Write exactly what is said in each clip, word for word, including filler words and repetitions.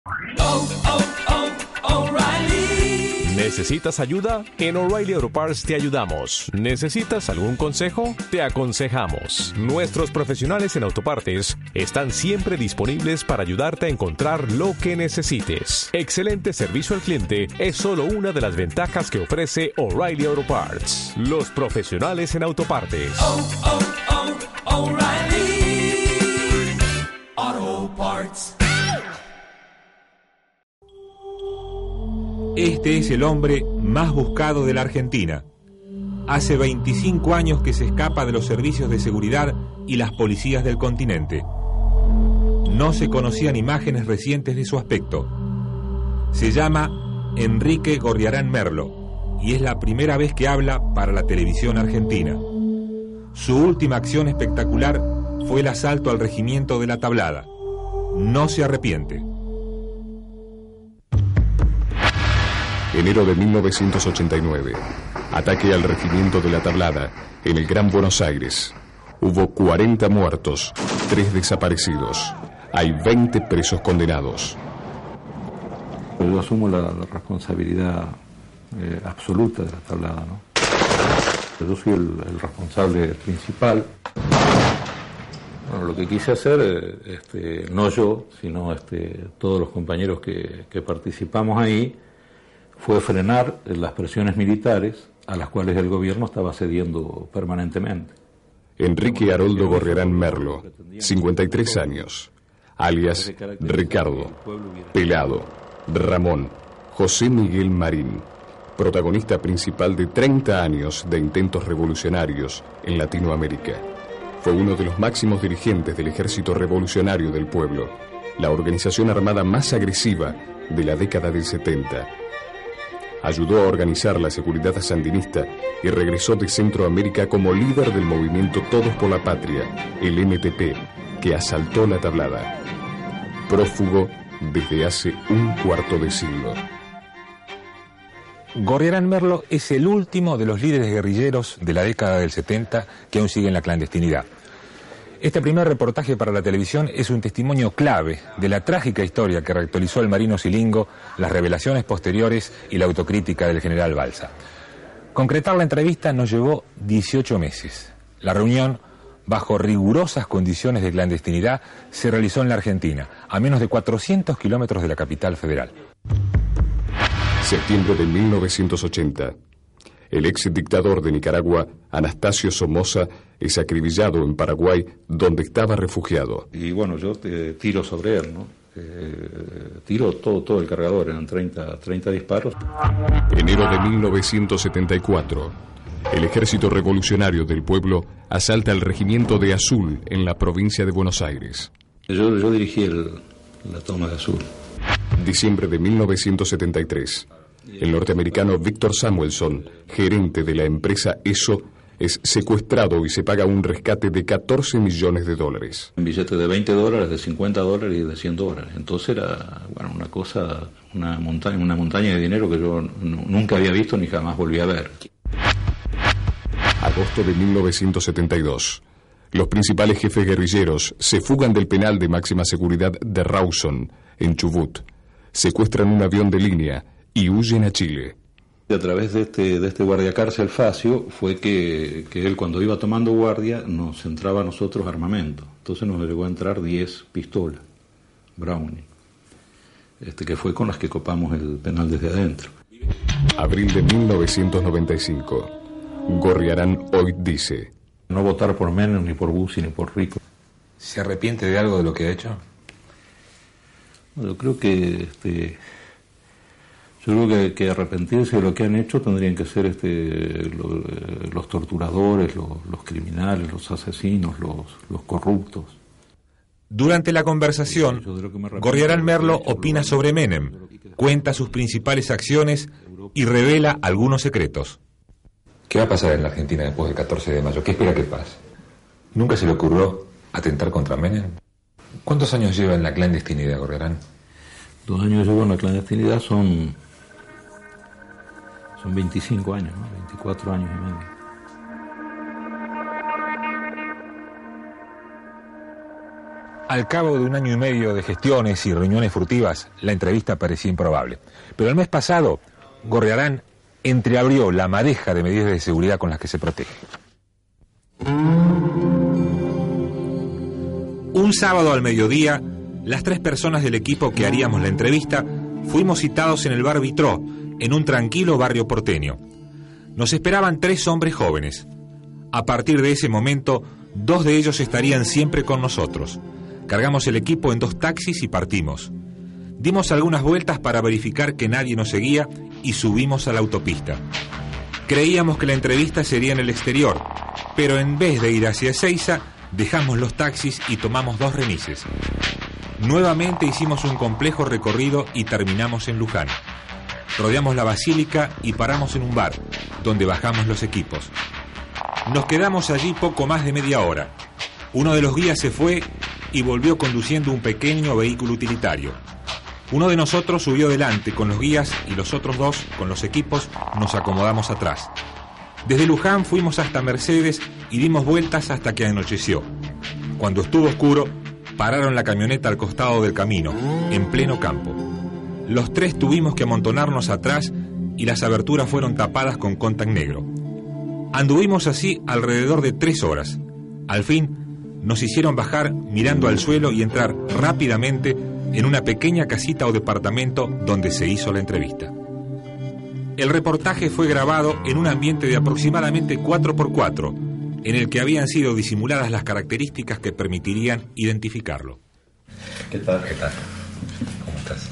Oh, oh, oh, O'Reilly. ¿Necesitas ayuda? En O'Reilly Auto Parts te ayudamos. ¿Necesitas algún consejo? Te aconsejamos. Nuestros profesionales en autopartes están siempre disponibles para ayudarte a encontrar lo que necesites. Excelente servicio al cliente es solo una de las ventajas que ofrece O'Reilly Auto Parts. Los profesionales en autopartes. Oh, oh, oh, O'Reilly Auto Parts. Este es el hombre más buscado de la Argentina. Hace veinticinco años que se escapa de los servicios de seguridad y las policías del continente. No se conocían imágenes recientes de su aspecto. Se llama Enrique Gorriarán Merlo y es la primera vez que habla para la televisión argentina. Su última acción espectacular fue el asalto al regimiento de La Tablada. No se arrepiente. Enero de mil novecientos ochenta y nueve. Ataque al regimiento de La Tablada, en el Gran Buenos Aires. Hubo cuarenta muertos, tres desaparecidos. Hay veinte presos condenados. Yo asumo la, la responsabilidad eh, absoluta de La Tablada, ¿no? Yo soy el, el responsable principal. Bueno, lo que quise hacer, eh, este, no yo, sino este, todos los compañeros que, que participamos ahí, fue frenar las presiones militares a las cuales el gobierno estaba cediendo permanentemente. Enrique Haroldo Gorriarán Merlo, cincuenta y tres años, alias Ricardo, Pelado, Ramón, José Miguel Marín, protagonista principal de treinta años de intentos revolucionarios en Latinoamérica. Fue uno de los máximos dirigentes del Ejército Revolucionario del Pueblo, la organización armada más agresiva de la década del setenta. Ayudó a organizar la seguridad sandinista y regresó de Centroamérica como líder del movimiento Todos por la Patria, el M T P, que asaltó La Tablada. Prófugo desde hace un cuarto de siglo. Gorriarán Merlo es el último de los líderes guerrilleros de la década del setenta que aún sigue en la clandestinidad. Este primer reportaje para la televisión es un testimonio clave de la trágica historia que reactualizó el marino Silingo, las revelaciones posteriores y la autocrítica del general Balsa. Concretar la entrevista nos llevó dieciocho meses. La reunión, bajo rigurosas condiciones de clandestinidad, se realizó en la Argentina, a menos de cuatrocientos kilómetros de la capital federal. Septiembre de mil novecientos ochenta. El ex dictador de Nicaragua, Anastasio Somoza, es acribillado en Paraguay, donde estaba refugiado. Y bueno, yo te tiro sobre él, ¿no? Eh, tiro todo, todo el cargador, eran treinta, treinta disparos. Enero de mil novecientos setenta y cuatro. El Ejército Revolucionario del Pueblo asalta el regimiento de Azul en la provincia de Buenos Aires. Yo, yo dirigí el, la toma de Azul. Diciembre de mil novecientos setenta y tres. El norteamericano Víctor Samuelson, gerente de la empresa E S O, es secuestrado y se paga un rescate de catorce millones de dólares. Un billete de veinte dólares, de cincuenta dólares y de cien dólares. Entonces era, bueno, una cosa, una montaña, una montaña de dinero que yo no, nunca había visto ni jamás volví a ver. Agosto de mil novecientos setenta y dos. Los principales jefes guerrilleros se fugan del penal de máxima seguridad de Rawson, en Chubut. Secuestran un avión de línea y huyen a Chile. A través de este, de este guardiacárcel Facio fue que, que él, cuando iba tomando guardia, nos entraba a nosotros armamento. Entonces nos llegó a entrar diez pistolas Browning, este, que fue con las que copamos el penal desde adentro. Abril de mil novecientos noventa y cinco. Gorriarán hoy dice: no votar por Menem, ni por Bussi, ni por Rico. ¿Se arrepiente de algo de lo que ha hecho? Bueno, yo creo que... Este, Yo creo que, que arrepentirse de lo que han hecho tendrían que ser este, lo, los torturadores, los, los criminales, los asesinos, los, los corruptos. Durante la conversación, Gorriarán Merlo opina sobre Menem, cuenta sus principales acciones y revela algunos secretos. ¿Qué va a pasar en la Argentina después del catorce de mayo? ¿Qué espera que pase? ¿Nunca se le ocurrió atentar contra Menem? ¿Cuántos años lleva en la clandestinidad, Gorriarán? Dos años llevo en la clandestinidad, son... Son veinticinco años, ¿no? veinticuatro años y medio. Al cabo de un año y medio de gestiones y reuniones furtivas, la entrevista parecía improbable. Pero el mes pasado, Gorriarán entreabrió la madeja de medidas de seguridad con las que se protege. Un sábado al mediodía, las tres personas del equipo que haríamos la entrevista fuimos citados en el bar Vitró, en un tranquilo barrio porteño. Nos esperaban tres hombres jóvenes. A partir de ese momento, dos de ellos estarían siempre con nosotros. Cargamos el equipo en dos taxis y partimos. Dimos algunas vueltas para verificar que nadie nos seguía y subimos a la autopista. Creíamos que la entrevista sería en el exterior, pero en vez de ir hacia Ezeiza, dejamos los taxis y tomamos dos remises. Nuevamente hicimos un complejo recorrido y terminamos en Luján. Rodeamos la basílica y paramos en un bar, donde bajamos los equipos. Nos quedamos allí poco más de media hora. Uno de los guías se fue y volvió conduciendo un pequeño vehículo utilitario. Uno de nosotros subió delante con los guías y los otros dos, con los equipos, nos acomodamos atrás. Desde Luján fuimos hasta Mercedes y dimos vueltas hasta que anocheció. Cuando estuvo oscuro, pararon la camioneta al costado del camino, en pleno campo. Los tres tuvimos que amontonarnos atrás y las aberturas fueron tapadas con contact negro. Anduvimos así alrededor de tres horas. Al fin, nos hicieron bajar mirando al suelo y entrar rápidamente en una pequeña casita o departamento donde se hizo la entrevista. El reportaje fue grabado en un ambiente de aproximadamente cuatro por cuatro, en el que habían sido disimuladas las características que permitirían identificarlo. ¿Qué tal? ¿Qué tal? ¿Cómo estás?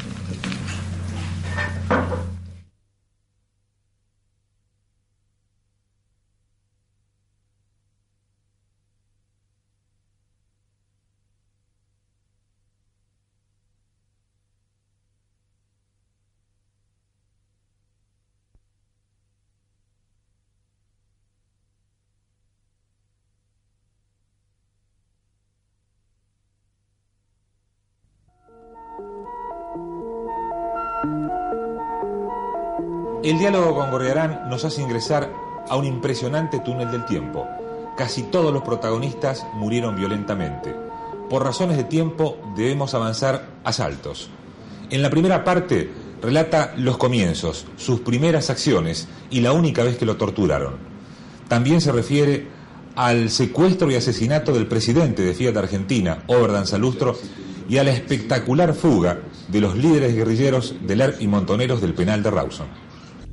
El diálogo con Gorriarán nos hace ingresar a un impresionante túnel del tiempo. Casi todos los protagonistas murieron violentamente. Por razones de tiempo debemos avanzar a saltos. En la primera parte relata los comienzos, sus primeras acciones y la única vez que lo torturaron. También se refiere al secuestro y asesinato del presidente de Fiat Argentina, Oberdan Salustro, y a la espectacular fuga de los líderes guerrilleros del E R P y montoneros del penal de Rawson.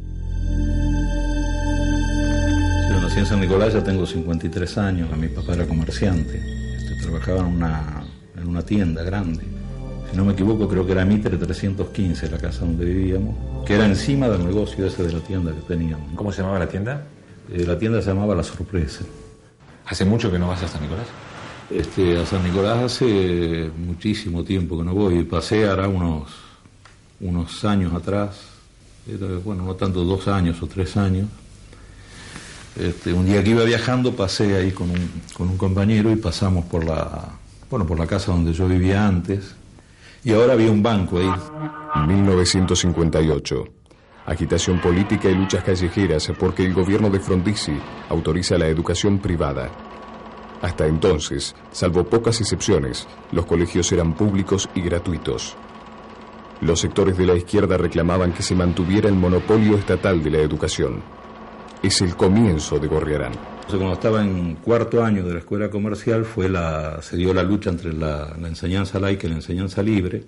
Nací en San Nicolás, ya tengo cincuenta y tres años, mi papá era comerciante, este, trabajaba en una, en una tienda grande, si no me equivoco creo que era Mitre trescientos quince la casa donde vivíamos, que era encima del negocio ese de la tienda que teníamos. ¿Cómo se llamaba la tienda? Eh, la tienda se llamaba La Sorpresa. ¿Hace mucho que no vas a San Nicolás? Este, a San Nicolás hace muchísimo tiempo que no voy, pasé ahora unos, unos años atrás, era, bueno, no tanto dos años o tres años. Este, un día que iba viajando pasé ahí con un, con un compañero y pasamos por la, bueno, por la casa donde yo vivía antes y ahora había un banco ahí. mil novecientos cincuenta y ocho. Agitación política y luchas callejeras porque el gobierno de Frondizi autoriza la educación privada. Hasta entonces, salvo pocas excepciones, los colegios eran públicos y gratuitos. Los sectores de la izquierda reclamaban que se mantuviera el monopolio estatal de la educación. Es el comienzo de Gorriarán. Cuando estaba en cuarto año de la escuela comercial fue la, se dio la lucha entre la, la enseñanza laica y la enseñanza libre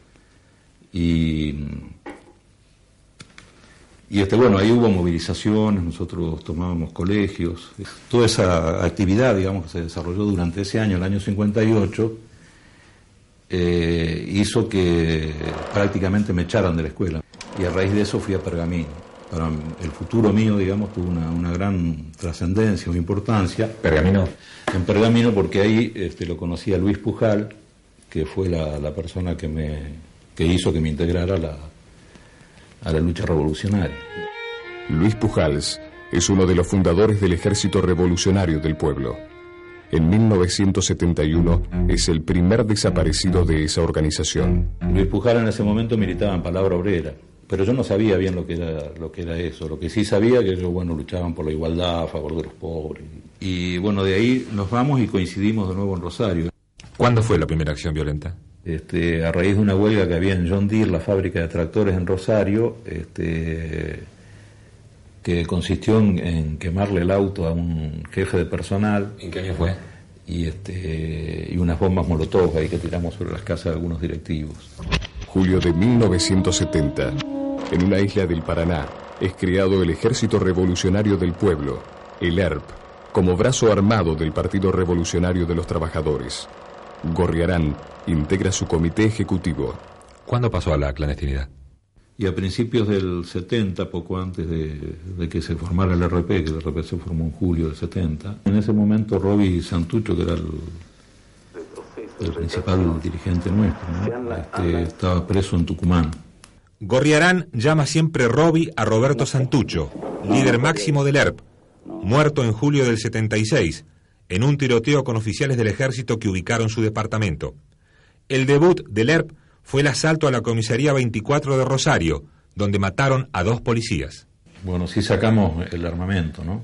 y, y este, bueno, ahí hubo movilizaciones, nosotros tomábamos colegios, toda esa actividad, digamos, que se desarrolló durante ese año, el año cincuenta y ocho, eh, hizo que prácticamente me echaran de la escuela y a raíz de eso fui a Pergamino. Para el futuro mío, digamos, tuvo una, una gran trascendencia, una importancia. ¿Pergamino? En Pergamino, porque ahí este, lo conocí a Luis Pujal, que fue la, la persona que me que hizo que me integrara a la, a la lucha revolucionaria. Luis Pujals es uno de los fundadores del Ejército Revolucionario del Pueblo. En mil novecientos setenta y uno es el primer desaparecido de esa organización. Luis Pujal en ese momento militaba en Palabra Obrera. Pero yo no sabía bien lo que era lo que era eso. Lo que sí sabía que ellos, bueno, luchaban por la igualdad, a favor de los pobres. Y bueno, de ahí nos vamos y coincidimos de nuevo en Rosario. ¿Cuándo fue la primera acción violenta? Este, a raíz de una huelga que había en John Deere, la fábrica de tractores en Rosario, este, que consistió en, en quemarle el auto a un jefe de personal. ¿En qué año fue? Y, este, y unas bombas molotov ahí que tiramos sobre las casas de algunos directivos. Julio de mil novecientos setenta, en una isla del Paraná, es creado el Ejército Revolucionario del Pueblo, el E R P, como brazo armado del Partido Revolucionario de los Trabajadores. Gorriarán integra su comité ejecutivo. ¿Cuándo pasó a la clandestinidad? Y a principios del setenta, poco antes de, de que se formara el R P, que el R P se formó en julio del setenta, en ese momento Roby Santucho, que era el, el principal dirigente nuestro, ¿no? este, estaba preso en Tucumán. Gorriarán llama siempre Roby a Roberto Santucho, líder máximo del E R P, muerto en julio del setenta y seis, en un tiroteo con oficiales del ejército que ubicaron su departamento. El debut del E R P fue el asalto a la comisaría veinticuatro de Rosario, donde mataron a dos policías. Bueno, sí sacamos el armamento, ¿no?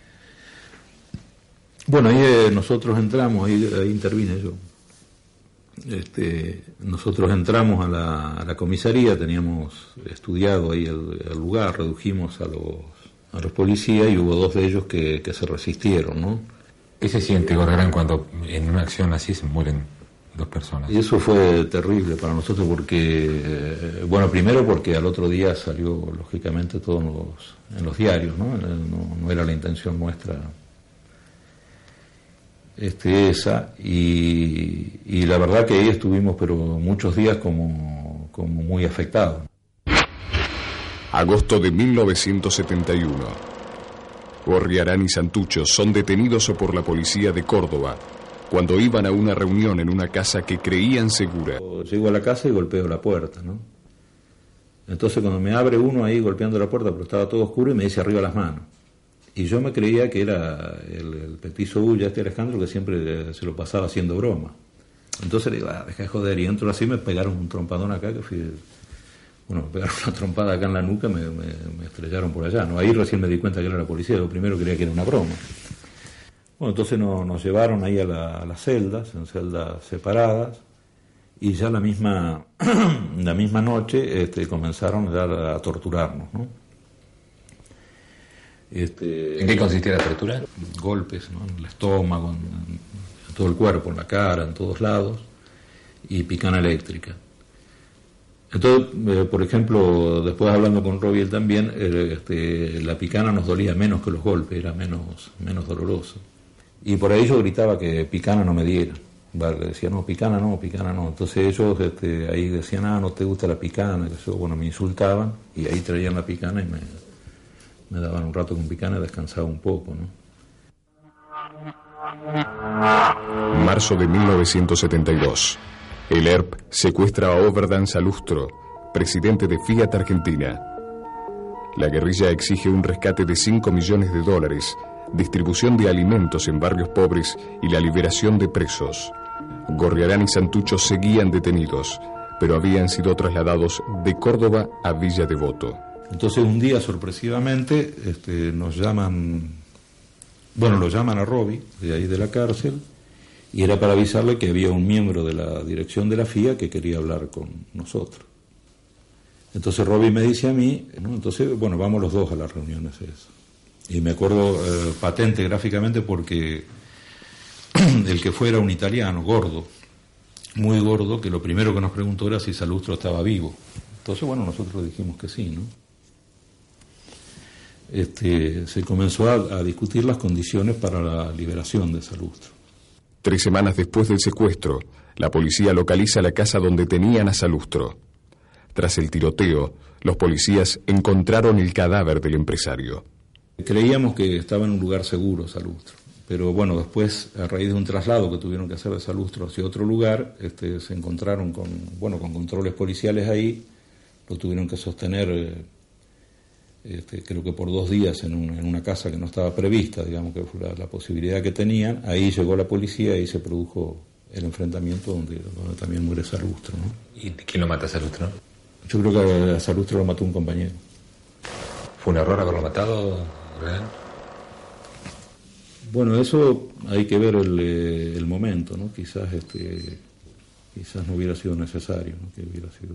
Bueno, ahí eh, nosotros entramos, ahí, ahí intervine yo. Este, nosotros entramos a la, a la comisaría, teníamos estudiado ahí el, el lugar, redujimos a los, a los policías y hubo dos de ellos que, que se resistieron, ¿no? ¿Qué se siente, Gorriarán, cuando en una acción así se mueren dos personas? Y eso fue terrible para nosotros porque, eh, bueno, primero porque al otro día salió, lógicamente, todo en los, en los diarios, ¿no? No, no era la intención nuestra este, esa, y, y la verdad que ahí estuvimos, pero muchos días como, como muy afectados. Agosto de mil novecientos setenta y uno. Gorriarán y Santucho son detenidos por la policía de Córdoba cuando iban a una reunión en una casa que creían segura. Llego a la casa y golpeo la puerta, ¿no? Entonces cuando me abre uno ahí golpeando la puerta, pero estaba todo oscuro, y me dice arriba las manos. Y yo me creía que era el, el petizo Ulla, este Alejandro, que siempre se lo pasaba haciendo broma. Entonces le digo, ah, deja de joder, y entro así, me pegaron un trompadón acá, que fui... Bueno, me pegaron una trompada acá en la nuca, me, me, me estrellaron por allá, ¿no? Ahí recién me di cuenta que era la policía, lo primero creía que era una broma. Bueno, entonces no, nos llevaron ahí a, la, a las celdas, en celdas separadas, y ya la misma, la misma noche este, comenzaron a, a torturarnos, ¿no? Este, ¿En qué consistía la tortura? Golpes, ¿no? En el estómago, en, en todo el cuerpo, en la cara, en todos lados, y picana eléctrica. Entonces, eh, por ejemplo, después hablando con Roby él también, eh, este, la picana nos dolía menos que los golpes, era menos, menos doloroso. Y por ahí yo gritaba que picana no me diera. Vale, decía, no, picana no, picana no. Entonces ellos este, ahí decían, ah, no te gusta la picana, que eso, bueno, me insultaban, y ahí traían la picana y me, me daban un rato con picana y descansaba un poco, ¿no? Marzo de mil novecientos setenta y dos. El E R P secuestra a Oberdan Salustro, presidente de Fiat Argentina. La guerrilla exige un rescate de cinco millones de dólares, distribución de alimentos en barrios pobres y la liberación de presos. Gorriarán y Santucho seguían detenidos, pero habían sido trasladados de Córdoba a Villa Devoto. Entonces un día, sorpresivamente, este, nos llaman, bueno, lo llaman a Roby, de ahí de la cárcel, y era para avisarle que había un miembro de la dirección de la F I A que quería hablar con nosotros. Entonces Roby me dice a mí, ¿no? Entonces, bueno, vamos los dos a las reuniones esas. Y me acuerdo eh, patente gráficamente porque el que fuera un italiano, gordo, muy gordo, que lo primero que nos preguntó era si Salustro estaba vivo. Entonces, bueno, nosotros dijimos que sí, ¿no? Este, se comenzó a, a discutir las condiciones para la liberación de Salustro. Tres semanas después del secuestro, la policía localiza la casa donde tenían a Salustro. Tras el tiroteo, los policías encontraron el cadáver del empresario. Creíamos que estaba en un lugar seguro Salustro, pero bueno, después, a raíz de un traslado que tuvieron que hacer de Salustro hacia otro lugar, este, se encontraron con, bueno, con controles policiales ahí, lo tuvieron que sostener, eh, este, creo que por dos días en, un, en una casa que no estaba prevista, digamos que fue la, la posibilidad que tenían. Ahí llegó la policía y se produjo el enfrentamiento donde, donde también muere Salustro, ¿no? ¿Y quién lo mata a Salustro? Yo creo que a Salustro lo mató un compañero. ¿Fue un error haberlo matado, real? Bueno, eso hay que ver el, eh, el momento, ¿no? Quizás, este, quizás no hubiera sido necesario, ¿no? Que hubiera sido...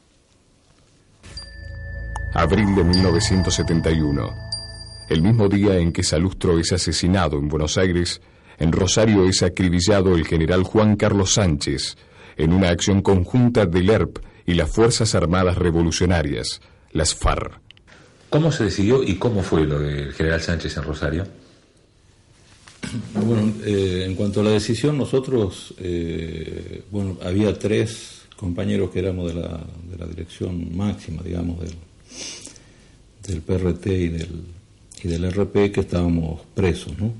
Abril de mil novecientos setenta y uno. El mismo día en que Salustro es asesinado en Buenos Aires, en Rosario es acribillado el general Juan Carlos Sánchez en una acción conjunta del E R P y las Fuerzas Armadas Revolucionarias, las FARC. ¿Cómo se decidió y cómo fue lo del general Sánchez en Rosario? Bueno, eh, en cuanto a la decisión, nosotros, eh, bueno, había tres compañeros que éramos de la, de la dirección máxima, digamos, del, del P R T y del, y del R P, que estábamos presos, ¿no?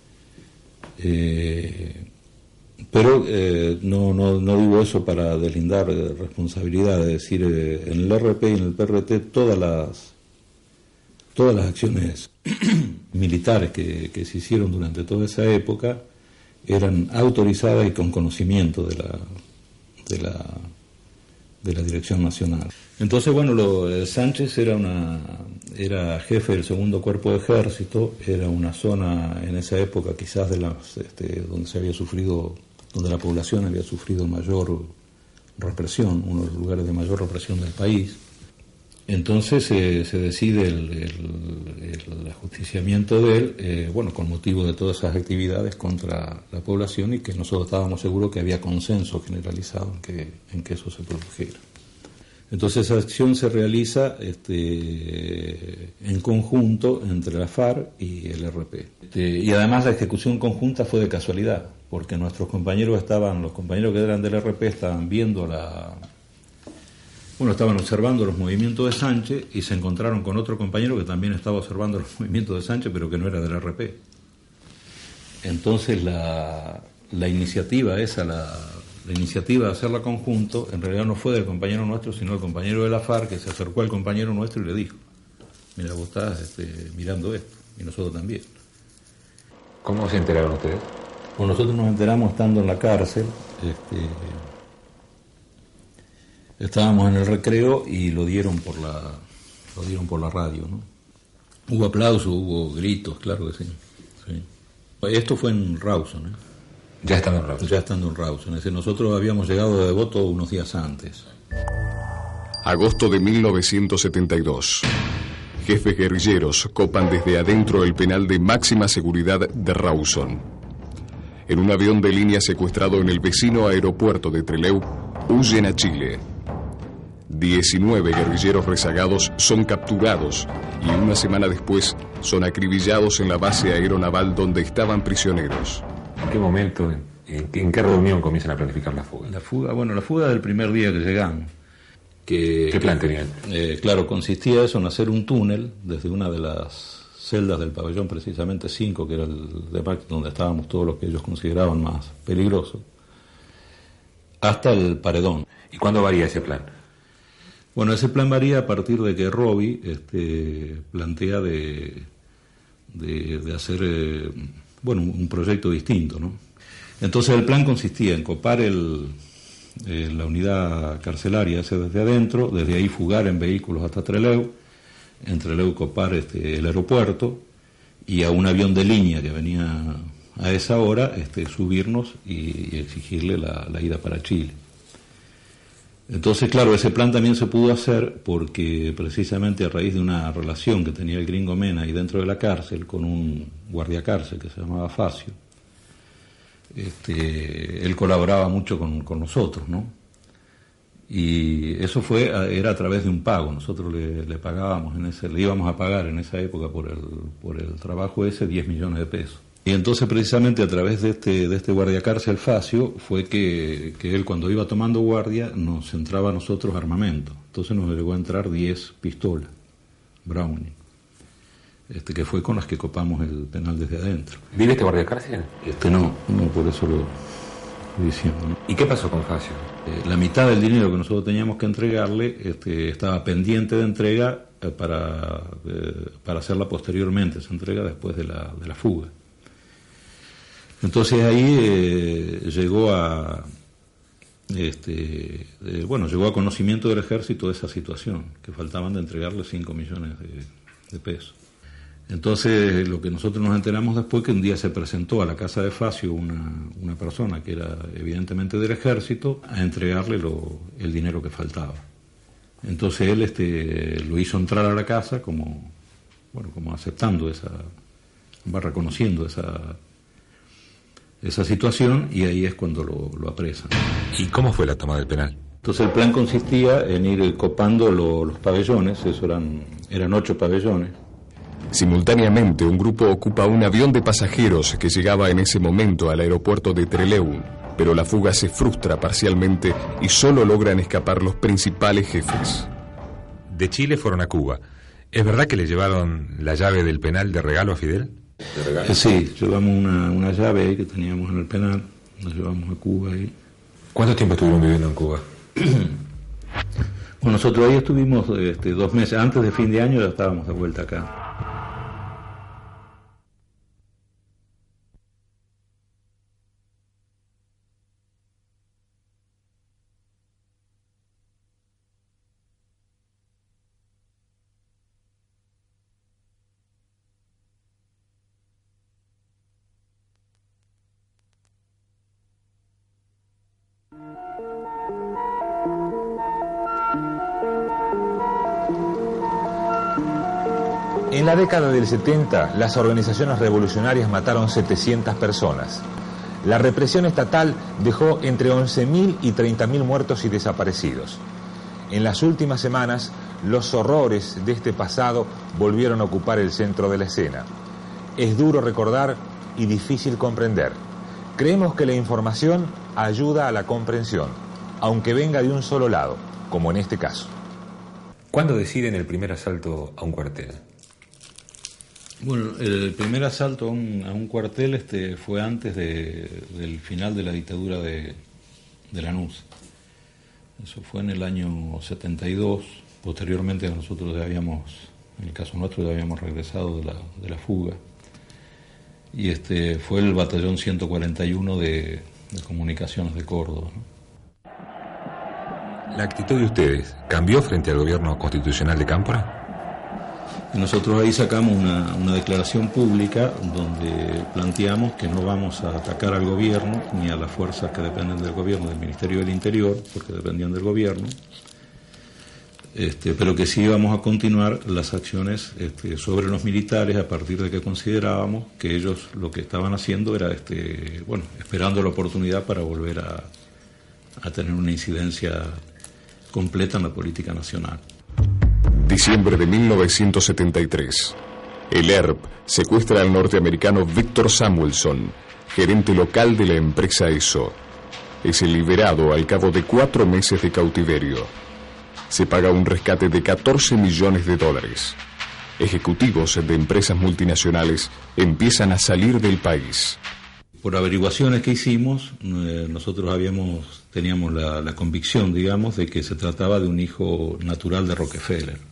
Eh, pero eh, no, no, no digo eso para deslindar eh, responsabilidad, es decir, eh, en el R P y en el P R T todas las todas las acciones militares que, que se hicieron durante toda esa época eran autorizadas y con conocimiento de la de la de la Dirección Nacional. Entonces, bueno, lo, eh, Sánchez era una era jefe del segundo cuerpo de ejército, era una zona en esa época quizás de las este, donde se había sufrido, donde la población había sufrido mayor represión, uno de los lugares de mayor represión del país. Entonces eh, se decide el, el, el ajusticiamiento de él, eh, bueno, con motivo de todas esas actividades contra la población, y que nosotros estábamos seguros que había consenso generalizado en que, en que eso se produjera. Entonces esa acción se realiza este, en conjunto entre la FARC y el R P. Este, y además la ejecución conjunta fue de casualidad, porque nuestros compañeros estaban, los compañeros que eran del R P estaban viendo la... Bueno, estaban observando los movimientos de Sánchez y se encontraron con otro compañero que también estaba observando los movimientos de Sánchez, pero que no era del R P. Entonces la, la iniciativa esa, la, la iniciativa de hacerla conjunto, en realidad no fue del compañero nuestro, sino del compañero de la FARC, que se acercó al compañero nuestro y le dijo: mira, vos estás este, mirando esto, y nosotros también. ¿Cómo se enteraron ustedes? Pues nosotros nos enteramos estando en la cárcel. Este, Estábamos en el recreo y lo dieron por la lo dieron por la radio, ¿no? Hubo aplausos, hubo gritos, claro que sí. sí. Esto fue en Rawson, ¿eh? Ya estando en Rawson. Ya estando en Rawson. Es decir, nosotros habíamos llegado de Devoto unos días antes. Agosto de mil novecientos setenta y dos. Jefes guerrilleros copan desde adentro el penal de máxima seguridad de Rawson. En un avión de línea secuestrado en el vecino aeropuerto de Trelew, huyen a Chile. diecinueve guerrilleros rezagados son capturados y una semana después son acribillados en la base aeronaval donde estaban prisioneros. ¿En qué momento, en, en qué reunión comienzan a planificar la fuga? La fuga, bueno, la fuga del primer día que llegamos. Que, ¿Qué plan tenían? Eh, claro, consistía eso en hacer un túnel desde una de las celdas del pabellón, precisamente cinco, que era el de donde estábamos todos los que ellos consideraban más peligrosos, hasta el paredón. ¿Y cuándo varía ese plan? Bueno, ese plan varía a partir de que Robbie este, plantea de, de, de hacer eh, bueno, un proyecto distinto, ¿no? Entonces el plan consistía en copar el, eh, la unidad carcelaria ese desde adentro, desde ahí fugar en vehículos hasta Trelew, en Trelew copar este, el aeropuerto, y a un avión de línea que venía a esa hora este, subirnos y, y exigirle la, la ida para Chile. Entonces, claro, ese plan también se pudo hacer porque precisamente a raíz de una relación que tenía el gringo Mena ahí dentro de la cárcel con un guardiacárcel que se llamaba Facio, este, él colaboraba mucho con, con nosotros, ¿no? Y eso fue era a través de un pago. Nosotros le, le pagábamos en ese, le íbamos a pagar en esa época por el por el trabajo ese diez millones de pesos. Y entonces precisamente a través de este de este guardiacárcel Facio fue que, que él, cuando iba tomando guardia, nos entraba a nosotros armamento. Entonces nos llegó a entrar diez pistolas Browning, este, que fue con las que copamos el penal desde adentro. ¿Vive este guardiacárcel? Este no, no, por eso lo estoy diciendo, ¿no? ¿Y qué pasó con Facio? Eh, la mitad del dinero que nosotros teníamos que entregarle este, estaba pendiente de entrega eh, para, eh, para hacerla posteriormente, esa entrega después de la, de la fuga. Entonces ahí eh, llegó a este eh, bueno llegó a conocimiento del ejército de esa situación, que faltaban de entregarle cinco millones de, de pesos. Entonces, lo que nosotros nos enteramos después, que un día se presentó a la casa de Facio una, una persona que era evidentemente del ejército a entregarle lo, el dinero que faltaba. Entonces él este, lo hizo entrar a la casa como, bueno, como aceptando esa, va reconociendo esa, esa situación, y ahí es cuando lo, lo apresan. ¿Y cómo fue la toma del penal? Entonces el plan consistía en ir copando lo, los pabellones, eso eran, eran ocho pabellones. Simultáneamente, un grupo ocupa un avión de pasajeros que llegaba en ese momento al aeropuerto de Trelew, pero la fuga se frustra parcialmente y solo logran escapar los principales jefes. De Chile fueron a Cuba. ¿Es verdad que le llevaron la llave del penal de regalo a Fidel? ¿De regalo? Eh, sí, llevamos una, una llave ahí que teníamos en el penal, nos llevamos a Cuba ahí. ¿Cuánto tiempo estuvieron viviendo en Cuba? Bueno, nosotros ahí estuvimos este, dos meses, antes de fin de año ya estábamos de vuelta acá. En la década del setenta, las organizaciones revolucionarias mataron setecientas personas. La represión estatal dejó entre once mil y treinta mil muertos y desaparecidos. En las últimas semanas, los horrores de este pasado volvieron a ocupar el centro de la escena. Es duro recordar y difícil comprender. Creemos que la información ayuda a la comprensión, aunque venga de un solo lado, como en este caso. ¿Cuándo deciden el primer asalto a un cuartel? Bueno, el primer asalto a un, a un cuartel este, fue antes de, del final de la dictadura de, de Lanús. Eso fue en el año setenta y dos. Posteriormente nosotros ya habíamos, en el caso nuestro, ya habíamos regresado de la, de la fuga. Y este fue el batallón ciento cuarenta y uno de, de Comunicaciones de Córdoba, ¿no? ¿La actitud de ustedes cambió frente al gobierno constitucional de Cámpora? Nosotros ahí sacamos una, una declaración pública donde planteamos que no vamos a atacar al gobierno ni a las fuerzas que dependen del gobierno, del Ministerio del Interior, porque dependían del gobierno, este, pero que sí íbamos a continuar las acciones este, sobre los militares a partir de que considerábamos que ellos lo que estaban haciendo era, este, bueno, esperando la oportunidad para volver a, a tener una incidencia completa en la política nacional. Diciembre de mil novecientos setenta y tres. El E R P secuestra al norteamericano Victor Samuelson, gerente local de la empresa E S O. Es liberado al cabo de cuatro meses de cautiverio. Se paga un rescate de catorce millones de dólares. Ejecutivos de empresas multinacionales empiezan a salir del país. Por averiguaciones que hicimos, eh, nosotros habíamos teníamos la, la convicción, digamos, de que se trataba de un hijo natural de Rockefeller.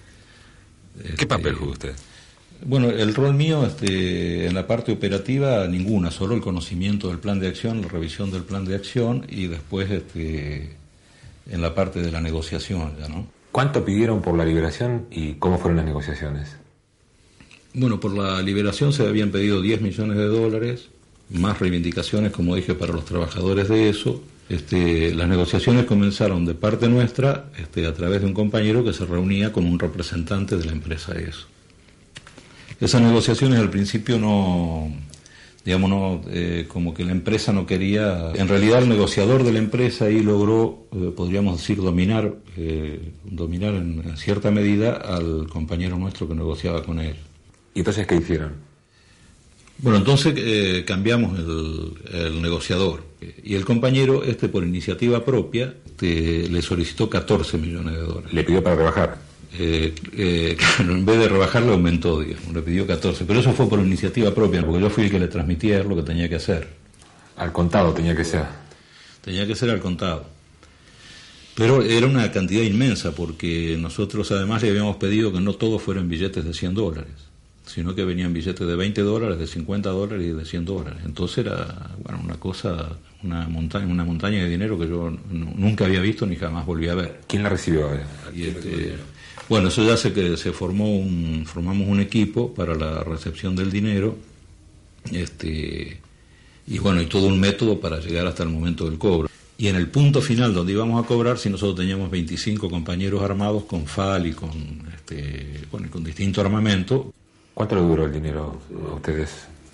¿Qué papel jugó usted? Bueno, el rol mío este, en la parte operativa, ninguna, solo el conocimiento del plan de acción, la revisión del plan de acción y después este, en la parte de la negociación, ya, ¿no? ¿Cuánto pidieron por la liberación y cómo fueron las negociaciones? Bueno, por la liberación se habían pedido diez millones de dólares, más reivindicaciones, como dije, para los trabajadores de eso. Este, las negociaciones comenzaron de parte nuestra este, a través de un compañero que se reunía con un representante de la empresa E S O. Esas negociaciones al principio no, digamos, no, eh, como que la empresa no quería. En realidad el negociador de la empresa ahí logró, eh, podríamos decir, dominar, eh, dominar en, en cierta medida al compañero nuestro que negociaba con él. ¿Y entonces qué hicieron? Bueno, entonces eh, cambiamos el, el negociador y el compañero, este por iniciativa propia, este, le solicitó catorce millones de dólares. ¿Le pidió para rebajar? Eh, eh, en vez de rebajar lo aumentó, digamos, le pidió catorce, pero eso fue por iniciativa propia, porque yo fui el que le transmití a él lo que tenía que hacer. Al contado tenía que ser. Tenía que ser al contado. Pero era una cantidad inmensa, porque nosotros además le habíamos pedido que no todos fueran billetes de cien dólares. sino que venían billetes de veinte dólares, de cincuenta dólares y de cien dólares. Entonces era, bueno, una cosa, una montaña, una montaña de dinero que yo no, nunca había visto ni jamás volví a ver. ¿Quién la recibió? Y este, bueno, eso ya se que se formó un, formamos un equipo para la recepción del dinero, este, y bueno, y todo un método para llegar hasta el momento del cobro. Y en el punto final donde íbamos a cobrar, si nosotros teníamos veinticinco compañeros armados con F A L y con, este, bueno, con distinto armamento. ¿Cuánto le duró el dinero a ustedes?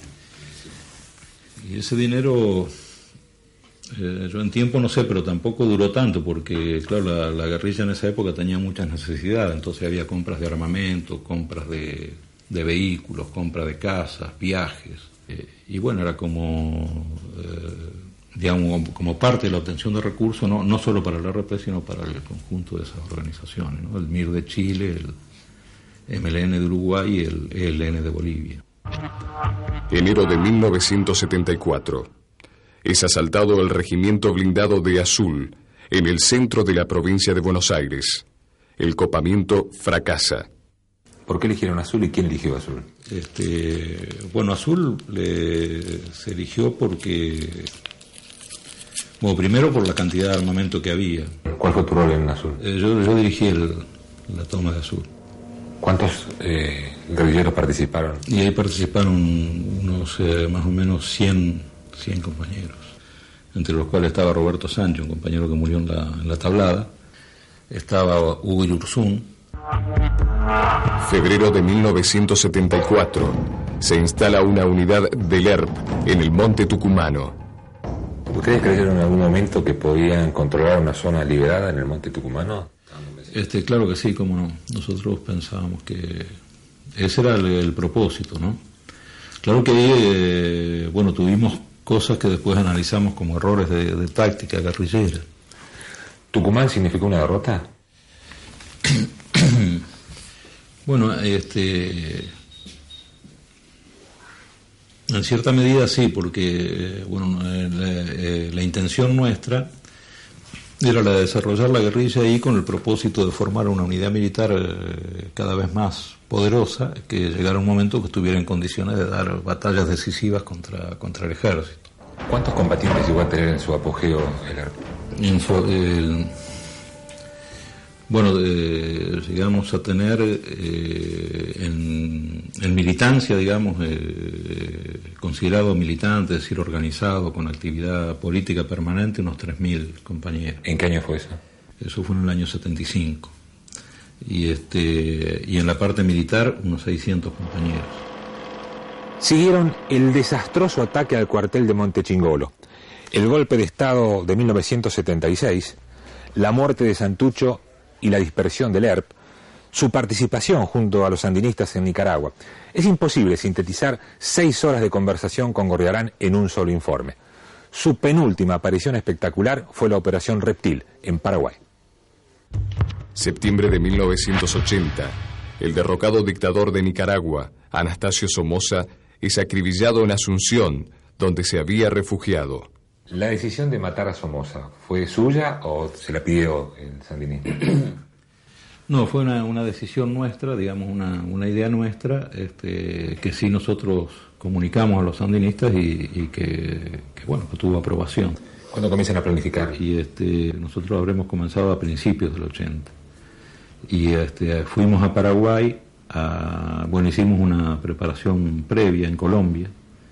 Y ese dinero, eh, yo en tiempo no sé, pero tampoco duró tanto, porque claro, la, la guerrilla en esa época tenía muchas necesidades, entonces había compras de armamento, compras de, de vehículos, compras de casas, viajes, eh, y bueno, era como, eh, digamos, como parte de la obtención de recursos, no, no solo para la R P, sino para el conjunto de esas organizaciones, ¿no? El M I R de Chile, el M L N de Uruguay y el E L N de Bolivia. Enero de mil novecientos setenta y cuatro. Es asaltado el regimiento blindado de Azul, en el centro de la provincia de Buenos Aires. El copamiento fracasa. ¿Por qué eligieron Azul y quién eligió Azul? Este, bueno, Azul le, se eligió porque, bueno, primero por la cantidad de armamento que había. ¿Cuál fue tu rol en Azul? Eh, yo, yo dirigí el, la toma de Azul. ¿Cuántos eh, guerrilleros participaron? Y ahí participaron unos eh, más o menos cien, cien compañeros, entre los cuales estaba Roberto Sánchez, un compañero que murió en la, en la tablada, estaba Hugo Irurzún. Febrero de mil novecientos setenta y cuatro. Se instala una unidad del E R P en el monte tucumano. ¿Ustedes creyeron en algún momento que podían controlar una zona liberada en el monte tucumano? Este, claro que sí, como no. Nosotros pensábamos que ese era el, el propósito, ¿no? Claro que ahí, eh, bueno, tuvimos cosas que después analizamos como errores de, de táctica guerrillera. ¿Tucumán significó una derrota? Bueno, este, en cierta medida sí, porque bueno, la, la intención nuestra era la de desarrollar la guerrilla ahí con el propósito de formar una unidad militar eh, cada vez más poderosa, que llegara un momento que estuviera en condiciones de dar batallas decisivas contra, contra el ejército. ¿Cuántos combatientes llegó a tener en su apogeo el E R P? En su, el, bueno, eh, llegamos a tener eh, en, en militancia, digamos, eh, considerado militante, es decir, organizado, con actividad política permanente, unos tres mil compañeros. ¿En qué año fue eso? Eso fue en el año setenta y cinco. Y, este, y en la parte militar, unos seiscientos compañeros. Siguieron el desastroso ataque al cuartel de Montechingolo, el golpe de Estado de mil novecientos setenta y seis, la muerte de Santucho y la dispersión del E R P, su participación junto a los sandinistas en Nicaragua. Es imposible sintetizar seis horas de conversación con Gorriarán en un solo informe. Su penúltima aparición espectacular fue la Operación Reptil, en Paraguay. Septiembre de mil novecientos ochenta. El derrocado dictador de Nicaragua, Anastasio Somoza, es acribillado en Asunción, donde se había refugiado. ¿La decisión de matar a Somoza fue suya o se la pidió el sandinismo? No, fue una, una decisión nuestra, digamos, una, una idea nuestra, este, que sí nosotros comunicamos a los sandinistas y, y que, que, bueno, que tuvo aprobación. ¿Cuándo comienzan a planificar? Y este, nosotros habremos comenzado a principios del ochenta. Y este, fuimos a Paraguay, a, bueno, hicimos una preparación previa en Colombia.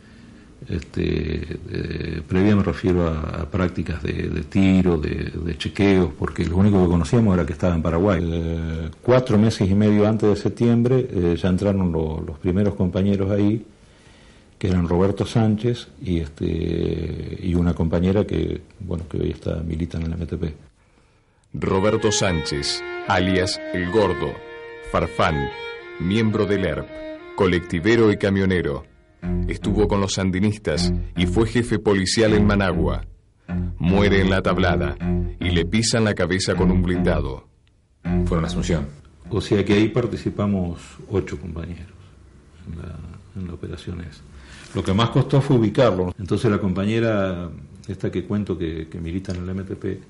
Este, eh, previa me refiero a, a prácticas de, de tiro, de, de chequeos, porque lo único que conocíamos era que estaba en Paraguay. Eh, cuatro meses y medio antes de septiembre eh, ya entraron lo, los primeros compañeros ahí, que eran Roberto Sánchez y este y una compañera que bueno que hoy está milita en el M T P. Roberto Sánchez, alias El Gordo, Farfán, miembro del E R P, colectivero y camionero. Estuvo con los sandinistas y fue jefe policial en Managua. Muere en la tablada y le pisan la cabeza con un blindado. Fueron a Asunción. O sea que ahí participamos ocho compañeros en la, en la operación esa. Lo que más costó fue ubicarlo. Entonces la compañera, esta que cuento que, que milita en el M T P,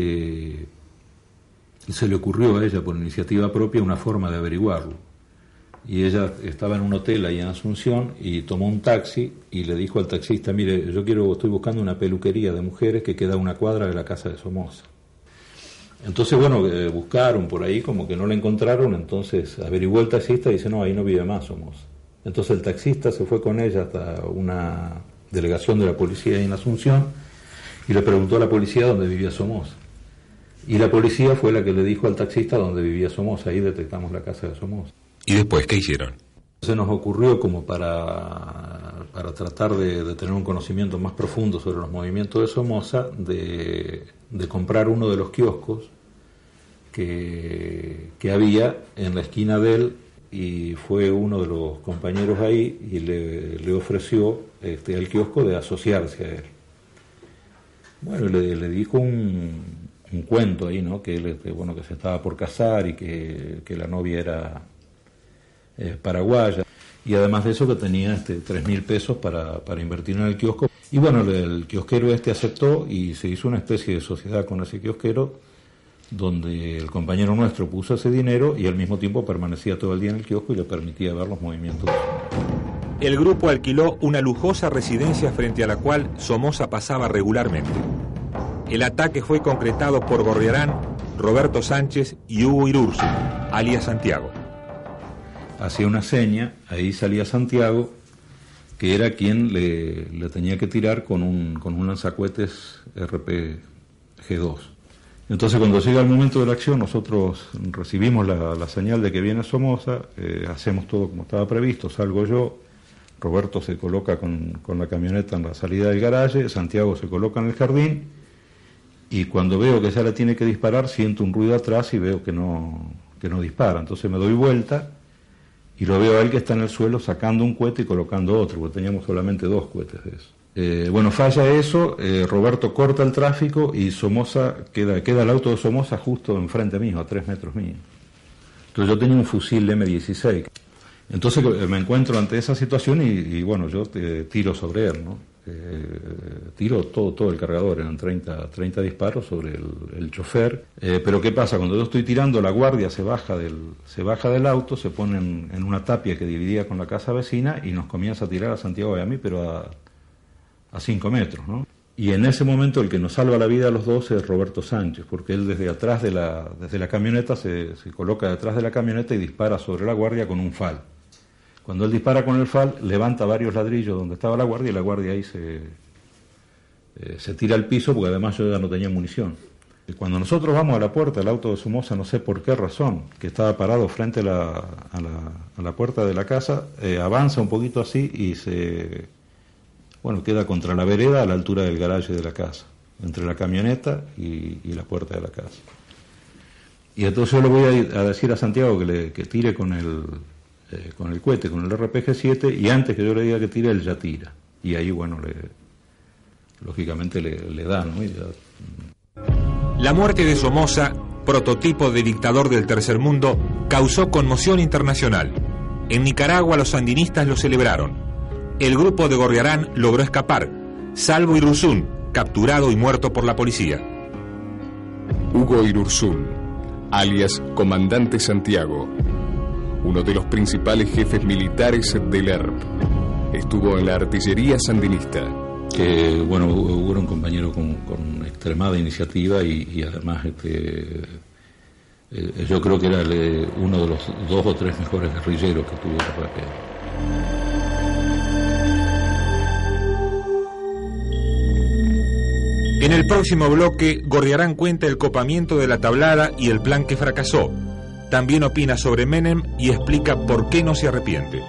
este, se le ocurrió a ella por iniciativa propia una forma de averiguarlo. y ella estaba en un hotel ahí en Asunción y tomó un taxi y le dijo al taxista, mire, yo quiero, estoy buscando una peluquería de mujeres que queda a una cuadra de la casa de Somoza. Entonces, bueno, eh, buscaron por ahí, como que no la encontraron, entonces averiguó el taxista y dice, no, ahí no vive más Somoza. Entonces el taxista se fue con ella hasta una delegación de la policía ahí en Asunción y le preguntó a la policía dónde vivía Somoza. Y la policía fue la que le dijo al taxista dónde vivía Somoza, ahí detectamos la casa de Somoza. ¿Y después qué hicieron? Se nos ocurrió como para, para tratar de, de tener un conocimiento más profundo sobre los movimientos de Somoza, de, de comprar uno de los kioscos que, que había en la esquina de él, y fue uno de los compañeros ahí y le, le ofreció este, al kiosco de asociarse a él. Bueno, le, le dijo un, un cuento ahí, ¿no? Que él, este, bueno, que se estaba por casar y que, que la novia era Eh, paraguaya, y además de eso que tenía este, tres mil pesos para, para invertir en el kiosco. Y bueno, el, el kiosquero este aceptó y se hizo una especie de sociedad con ese kiosquero, donde el compañero nuestro puso ese dinero y al mismo tiempo permanecía todo el día en el kiosco y le permitía ver los movimientos. El grupo alquiló una lujosa residencia frente a la cual Somoza pasaba regularmente. El ataque fue concretado por Gorriarán, Roberto Sánchez y Hugo Irurzun, alias Santiago. Hacía una seña, ahí salía Santiago, que era quien le, le tenía que tirar con un, con un lanzacohetes R P G dos. Entonces, cuando llega el momento de la acción, nosotros recibimos la, la señal de que viene Somoza, eh, hacemos todo como estaba previsto, salgo yo, Roberto se coloca con, con la camioneta en la salida del garaje, Santiago se coloca en el jardín, y cuando veo que ya la tiene que disparar, siento un ruido atrás y veo que no, que no dispara. Entonces me doy vuelta y lo veo a él que está en el suelo sacando un cohete y colocando otro, porque teníamos solamente dos cohetes de eso. Eh, bueno, falla eso, eh, Roberto corta el tráfico y Somoza, queda, queda el auto de Somoza justo enfrente mío, a tres metros mío. Entonces yo tenía un fusil eme dieciséis. Entonces me encuentro ante esa situación y, y bueno, yo eh, tiro sobre él, ¿no? Eh, tiro todo, todo el cargador, eran treinta, treinta disparos sobre el, el chofer. Eh, pero ¿qué pasa? Cuando yo estoy tirando, la guardia se baja del, se baja del auto, se pone en, en una tapia que dividía con la casa vecina y nos comienza a tirar a Santiago y a mí, pero a, a cinco metros, ¿no? Y en ese momento el que nos salva la vida a los dos es Roberto Sánchez, porque él desde atrás de la, desde la camioneta se, se coloca detrás de la camioneta y dispara sobre la guardia con un fal. Cuando él dispara con el fal, levanta varios ladrillos donde estaba la guardia y la guardia ahí se, eh, se tira al piso, porque además yo ya no tenía munición. Y cuando nosotros vamos a la puerta, el auto de Somoza, no sé por qué razón, que estaba parado frente a la, a la, a la puerta de la casa, eh, avanza un poquito así y se, bueno, queda contra la vereda a la altura del garaje de la casa, entre la camioneta y, y la puerta de la casa. Y entonces yo le voy a, a decir a Santiago que, le, que tire con el... Eh, con el cohete, con el R P G siete, y antes que yo le diga que tire, él ya tira. Y ahí, bueno, le, lógicamente le, le da, ¿no? Y ya... La muerte de Somoza, prototipo de dictador del tercer mundo, causó conmoción internacional. En Nicaragua los sandinistas lo celebraron. El grupo de Gorriarán logró escapar, salvo Irurzun, capturado y muerto por la policía. Hugo Irurzun, alias Comandante Santiago, uno de los principales jefes militares del E R P. Estuvo en la artillería sandinista. Que, bueno, Hugo era un compañero con, con extremada iniciativa y, y además este, eh, yo creo que era el, uno de los dos o tres mejores guerrilleros que tuvo la R P. En el próximo bloque, Gorriarán cuenta el copamiento de la Tablada y el plan que fracasó. También opina sobre Menem y explica por qué no se arrepiente.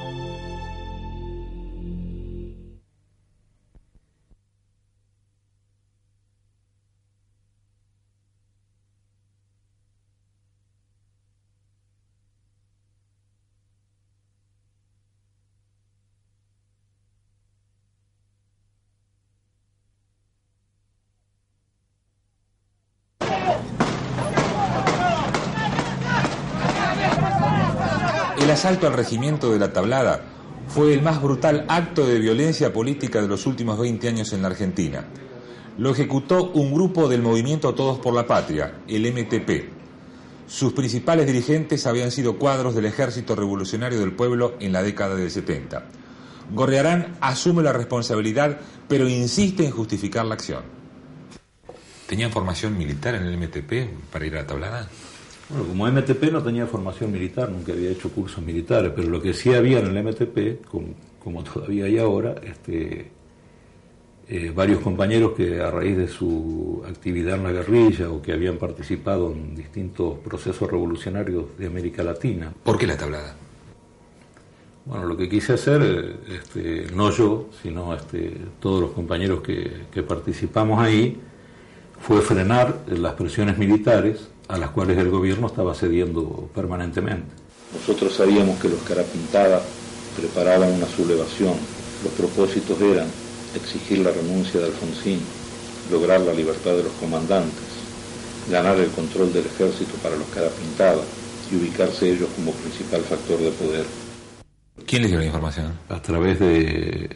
El asalto al regimiento de la Tablada fue el más brutal acto de violencia política de los últimos veinte años en la Argentina. Lo ejecutó un grupo del movimiento Todos por la Patria, el eme te pe. Sus principales dirigentes habían sido cuadros del Ejército Revolucionario del Pueblo en la década del setenta. Gorriarán asume la responsabilidad, pero insiste en justificar la acción. ¿Tenía formación militar en el M T P para ir a la tablada? Bueno, como M T P no tenía formación militar, nunca había hecho cursos militares, pero lo que sí había en el M T P, como, como todavía hay ahora, este, eh, varios compañeros que a raíz de su actividad en la guerrilla o que habían participado en distintos procesos revolucionarios de América Latina. ¿Por qué la tablada? Bueno, lo que quise hacer, este, no yo, sino este, todos los compañeros que, que participamos ahí, fue frenar las presiones militares a las cuales el gobierno estaba cediendo permanentemente. Nosotros sabíamos que los Carapintada preparaban una sublevación. Los propósitos eran exigir la renuncia de Alfonsín, lograr la libertad de los comandantes, ganar el control del ejército para los Carapintada y ubicarse ellos como principal factor de poder. ¿Quién les dio la información? A través de,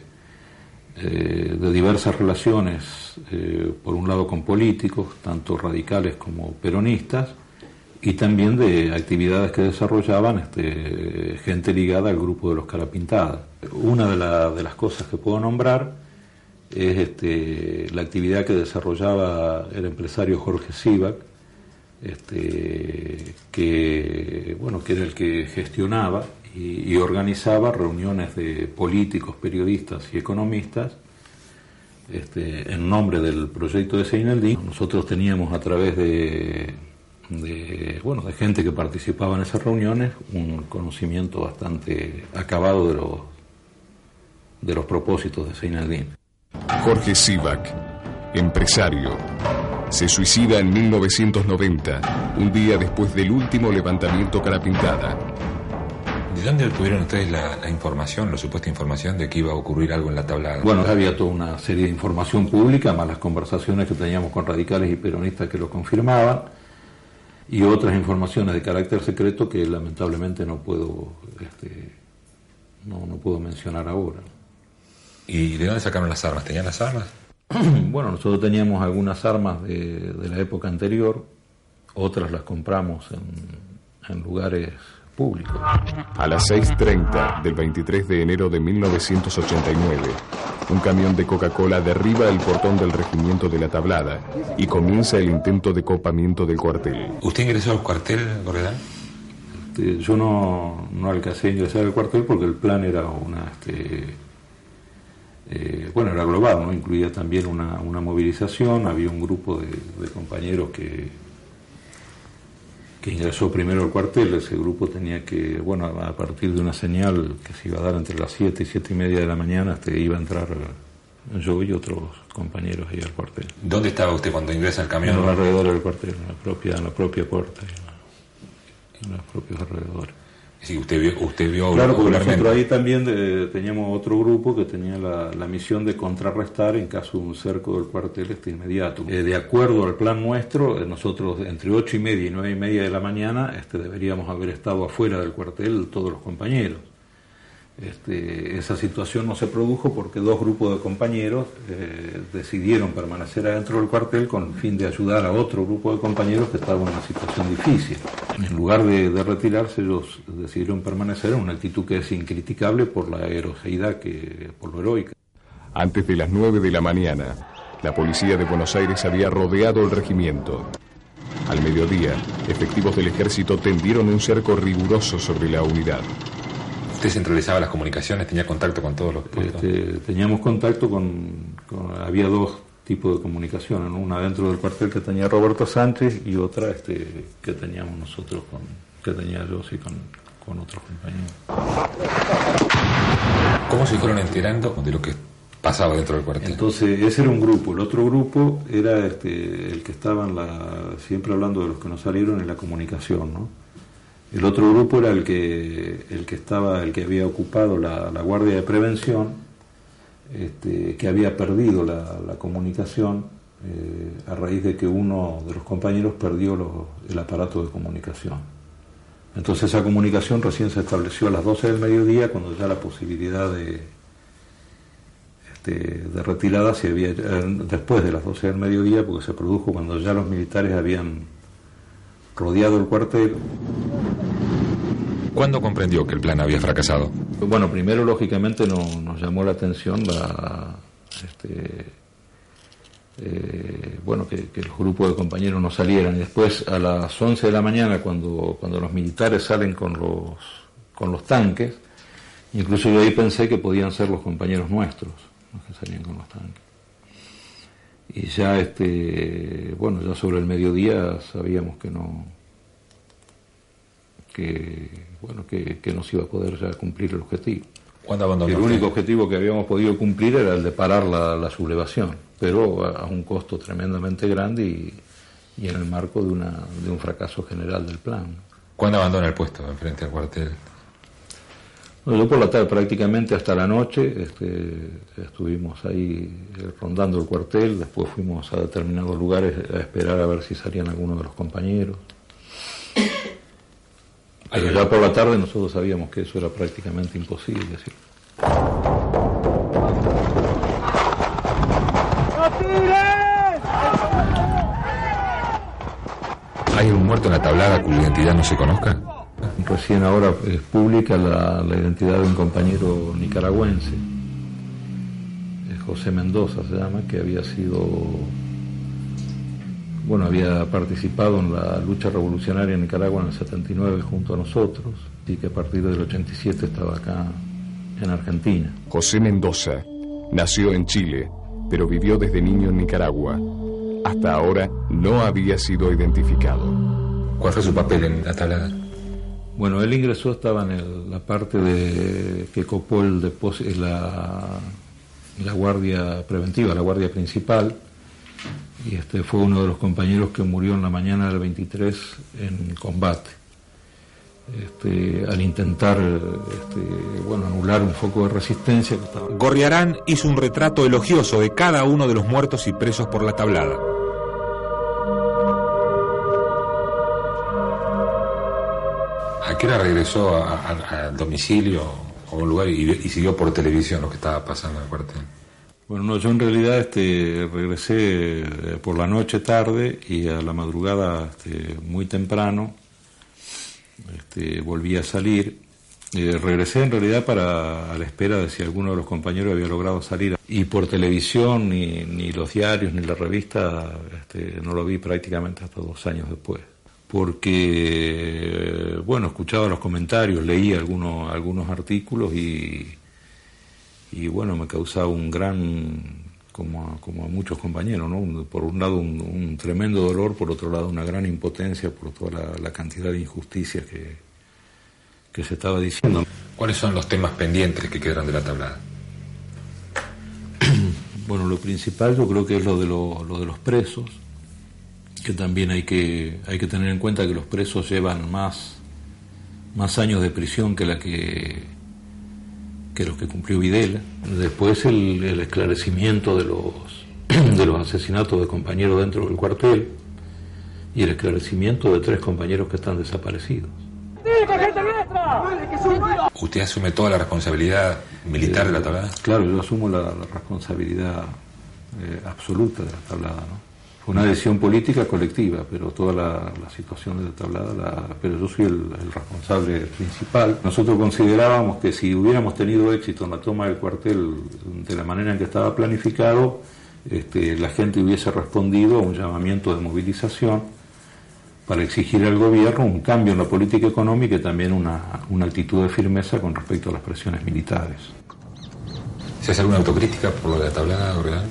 eh, de diversas relaciones, eh, por un lado con políticos, tanto radicales como peronistas, y también de actividades que desarrollaban este, gente ligada al grupo de los Carapintada. Una de, la, de las cosas que puedo nombrar es este, la actividad que desarrollaba el empresario Jorge Sivak, este, que, bueno, que era el que gestionaba y, y organizaba reuniones de políticos, periodistas y economistas este, en nombre del proyecto de Seineldin. Nosotros teníamos a través de, de, bueno, de gente que participaba en esas reuniones un conocimiento bastante acabado de los, de los propósitos de Seineldin. Jorge Sivak, empresario, se suicida en mil novecientos noventa, un día después del último levantamiento Carapintada. ¿De dónde obtuvieron ustedes la, la información, la supuesta información de que iba a ocurrir algo en la tablada? Bueno, había toda una serie de información pública, más las conversaciones que teníamos con radicales y peronistas que lo confirmaban, y otras informaciones de carácter secreto que lamentablemente no puedo, este, no, no puedo mencionar ahora. ¿Y de dónde sacaron las armas? ¿Tenían las armas? Bueno, nosotros teníamos algunas armas de, de la época anterior, otras las compramos en, en lugares públicos. A las seis treinta del veintitrés de enero de mil novecientos ochenta y nueve, un camión de Coca-Cola derriba el portón del regimiento de la Tablada y comienza el intento de copamiento del cuartel. ¿Usted ingresó al cuartel, Gorriarán? Este, yo no, no alcancé a ingresar al cuartel porque el plan era una... Este, Eh, bueno, era global, ¿no? Incluía también una, una movilización, había un grupo de, de compañeros que, que ingresó primero al cuartel. Ese grupo tenía que, bueno, a partir de una señal que se iba a dar entre las siete y siete y media de la mañana, este, iba a entrar yo y otros compañeros ahí al cuartel. ¿Dónde estaba usted cuando ingresa al camión? En los alrededores del cuartel, en la propia, en la propia puerta, en, en los propios alrededores. Sí, usted vio, usted vio claro, porque nosotros ahí también de, teníamos otro grupo que tenía la, la misión de contrarrestar en caso de un cerco del cuartel este inmediato. Eh, de acuerdo al plan nuestro, eh, nosotros entre ocho y media y nueve y media de la mañana este, deberíamos haber estado afuera del cuartel todos los compañeros. Este, esa situación no se produjo porque dos grupos de compañeros eh, decidieron permanecer adentro del cuartel con el fin de ayudar a otro grupo de compañeros que estaba en una situación difícil. En lugar de, de retirarse, ellos decidieron permanecer en una actitud que es incriticable por la heroicidad, que, por lo heroica. Antes de las nueve de la mañana, la policía de Buenos Aires había rodeado el regimiento. Al mediodía, efectivos del ejército tendieron un cerco riguroso sobre la unidad. ¿Usted centralizaba las comunicaciones? ¿Tenía contacto con todos los puestos? Este, teníamos contacto con, con... Había dos tipos de comunicación, ¿no? Una dentro del cuartel que tenía Roberto Sánchez y otra este, que teníamos nosotros, con, que tenía yo sí con, con otros compañeros. ¿Cómo se fueron enterando de lo que pasaba dentro del cuartel? Entonces, ese era un grupo. El otro grupo era este, el que estaba en la... Siempre hablando de los que nos salieron en la comunicación, ¿no? El otro grupo era el que el que estaba el que había ocupado la, la guardia de prevención, este, que había perdido la, la comunicación eh, a raíz de que uno de los compañeros perdió lo, el aparato de comunicación. Entonces esa comunicación recién se estableció a las doce del mediodía, cuando ya la posibilidad de este, de retirada se había eh, después de las doce del mediodía, porque se produjo cuando ya los militares habían rodeado el cuartel. ¿Cuándo comprendió que el plan había fracasado? Bueno, primero lógicamente no, nos llamó la atención la, este, eh, bueno, que, que el grupo de compañeros no salieran. Y después a las once de la mañana, cuando, cuando los militares salen con los, con los tanques, incluso yo ahí pensé que podían ser los compañeros nuestros los que salían con los tanques. Y ya, este, bueno, ya sobre el mediodía sabíamos que no, que, bueno, que, que no se iba a poder ya cumplir el objetivo. ¿Cuándo abandonó? El único objetivo que habíamos podido cumplir era el de parar la, la sublevación, pero a, a un costo tremendamente grande y, y en el marco de, una, de un fracaso general del plan. ¿Cuándo abandona el puesto enfrente al cuartel? Bueno, yo por la tarde, prácticamente hasta la noche, este, estuvimos ahí rondando el cuartel, después fuimos a determinados lugares a esperar a ver si salían algunos de los compañeros. Pero ya por la tarde nosotros sabíamos que eso era prácticamente imposible. ¿Sí? ¿Hay un muerto en la tablada cuya identidad no se conozca? Recién ahora es pública la, la identidad de un compañero nicaragüense, José Mendoza se llama, que había sido, bueno, había participado en la lucha revolucionaria en Nicaragua en el setenta y nueve junto a nosotros, y que a partir del ochenta y siete estaba acá en Argentina. José Mendoza nació en Chile, pero vivió desde niño en Nicaragua. Hasta ahora no había sido identificado. ¿Cuál fue su papel en la tablada? Bueno, él ingresó, estaba en el, la parte de que copó el depósito, la, la guardia preventiva, la guardia principal, y este fue uno de los compañeros que murió en la mañana del veintitrés en combate. Este, al intentar este, bueno, anular un foco de resistencia que estaba... Gorriarán hizo un retrato elogioso de cada uno de los muertos y presos por la tablada. ¿A qué hora regresó al domicilio o a un lugar y, y siguió por televisión lo que estaba pasando en el cuartel? Bueno, no, yo en realidad este, regresé por la noche tarde y a la madrugada este, muy temprano este, volví a salir. Eh, regresé en realidad para a la espera de si alguno de los compañeros había logrado salir. Y por televisión, ni, ni los diarios, ni la revista, este, no lo vi prácticamente hasta dos años después. Porque, bueno, escuchaba los comentarios, leía algunos, algunos artículos y, y, bueno, me causaba un gran, como a, como a muchos compañeros, ¿no? Por un lado un, un tremendo dolor, por otro lado una gran impotencia por toda la, la cantidad de injusticias que, que se estaba diciendo. ¿Cuáles son los temas pendientes que quedaron de la tablada? Bueno, lo principal yo creo que es lo de, lo, lo de los presos, que también hay que hay que tener en cuenta que los presos llevan más más años de prisión que la que que los que cumplió Videla. Después el, el esclarecimiento de los de los asesinatos de compañeros dentro del cuartel y el esclarecimiento de tres compañeros que están desaparecidos. ¿Usted asume toda la responsabilidad militar eh, de la tablada? Claro, yo asumo la, la responsabilidad eh, absoluta de la tablada, ¿no? Fue una decisión política colectiva, pero toda la, la situación de la tablada, la, pero yo soy el, el responsable principal. Nosotros considerábamos que si hubiéramos tenido éxito en la toma del cuartel de la manera en que estaba planificado, este, la gente hubiese respondido a un llamamiento de movilización para exigir al gobierno un cambio en la política económica y también una, una actitud de firmeza con respecto a las presiones militares. ¿Se hace alguna autocrítica por lo de la tablada, Gorriarán?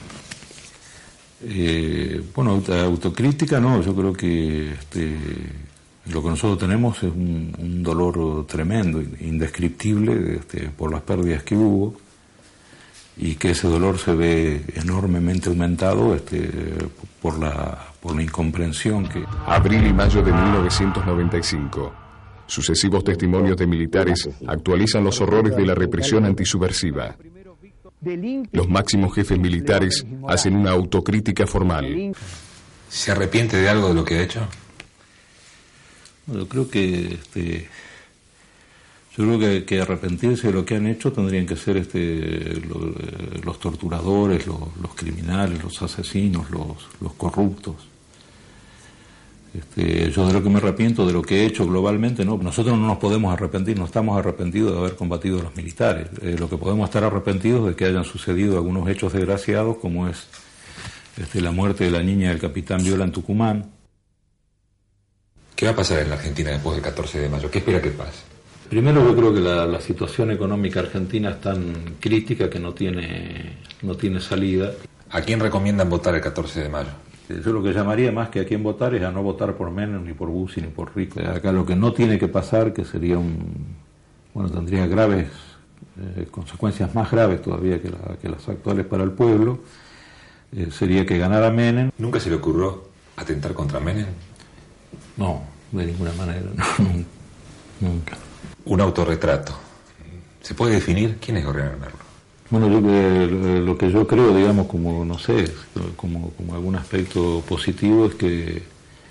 Eh, bueno, autocrítica no, yo creo que este, lo que nosotros tenemos es un, un dolor tremendo, indescriptible, este, por las pérdidas que hubo, y que ese dolor se ve enormemente aumentado este, por la, por la incomprensión que... Abril y mayo de mil novecientos noventa y cinco. Sucesivos testimonios de militares actualizan los horrores de la represión antisubversiva. Los máximos jefes militares hacen una autocrítica formal. ¿Se arrepiente de algo de lo que ha hecho? Bueno, yo creo que este, yo creo que, que arrepentirse de lo que han hecho tendrían que ser este, los, los torturadores, los, los criminales, los asesinos, los, los corruptos. Este, yo de lo que me arrepiento, de lo que he hecho globalmente, no. Nosotros no nos podemos arrepentir, no estamos arrepentidos de haber combatido a los militares. Eh, lo que podemos estar arrepentidos es de que hayan sucedido algunos hechos desgraciados, como es este, la muerte de la niña del capitán Viola en Tucumán. ¿Qué va a pasar en la Argentina después del catorce de mayo? ¿Qué espera que pase? Primero, yo creo que la, la situación económica argentina es tan crítica que no tiene, no tiene salida. ¿A quién recomiendan votar el catorce de mayo? Yo lo que llamaría más que a quién votar es a no votar por Menem, ni por Bussi, ni por Rico. Acá lo que no tiene que pasar, que sería un... bueno, tendría graves eh, consecuencias más graves todavía que, la, que las actuales para el pueblo, eh, sería que ganara Menem. ¿Nunca se le ocurrió atentar contra Menem? No, de ninguna manera, no, nunca. Un autorretrato. ¿Se puede definir quién es Gorriarán Merlo? Bueno, yo, eh, lo que yo creo, digamos, como, no sé, como, como algún aspecto positivo es que,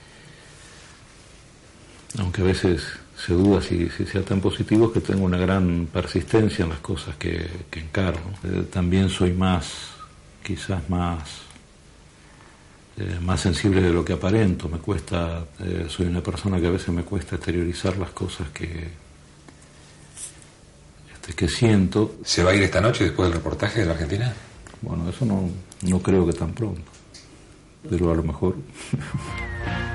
aunque a veces se duda si, si sea tan positivo, es que tengo una gran persistencia en las cosas que, que encaro. Eh, también soy más, quizás más... Eh, más sensible de lo que aparento. Me cuesta, eh, soy una persona que a veces me cuesta exteriorizar las cosas que este, que siento. ¿Se va a ir esta noche después del reportaje de la Argentina? Bueno, eso no, no creo que tan pronto, pero a lo mejor.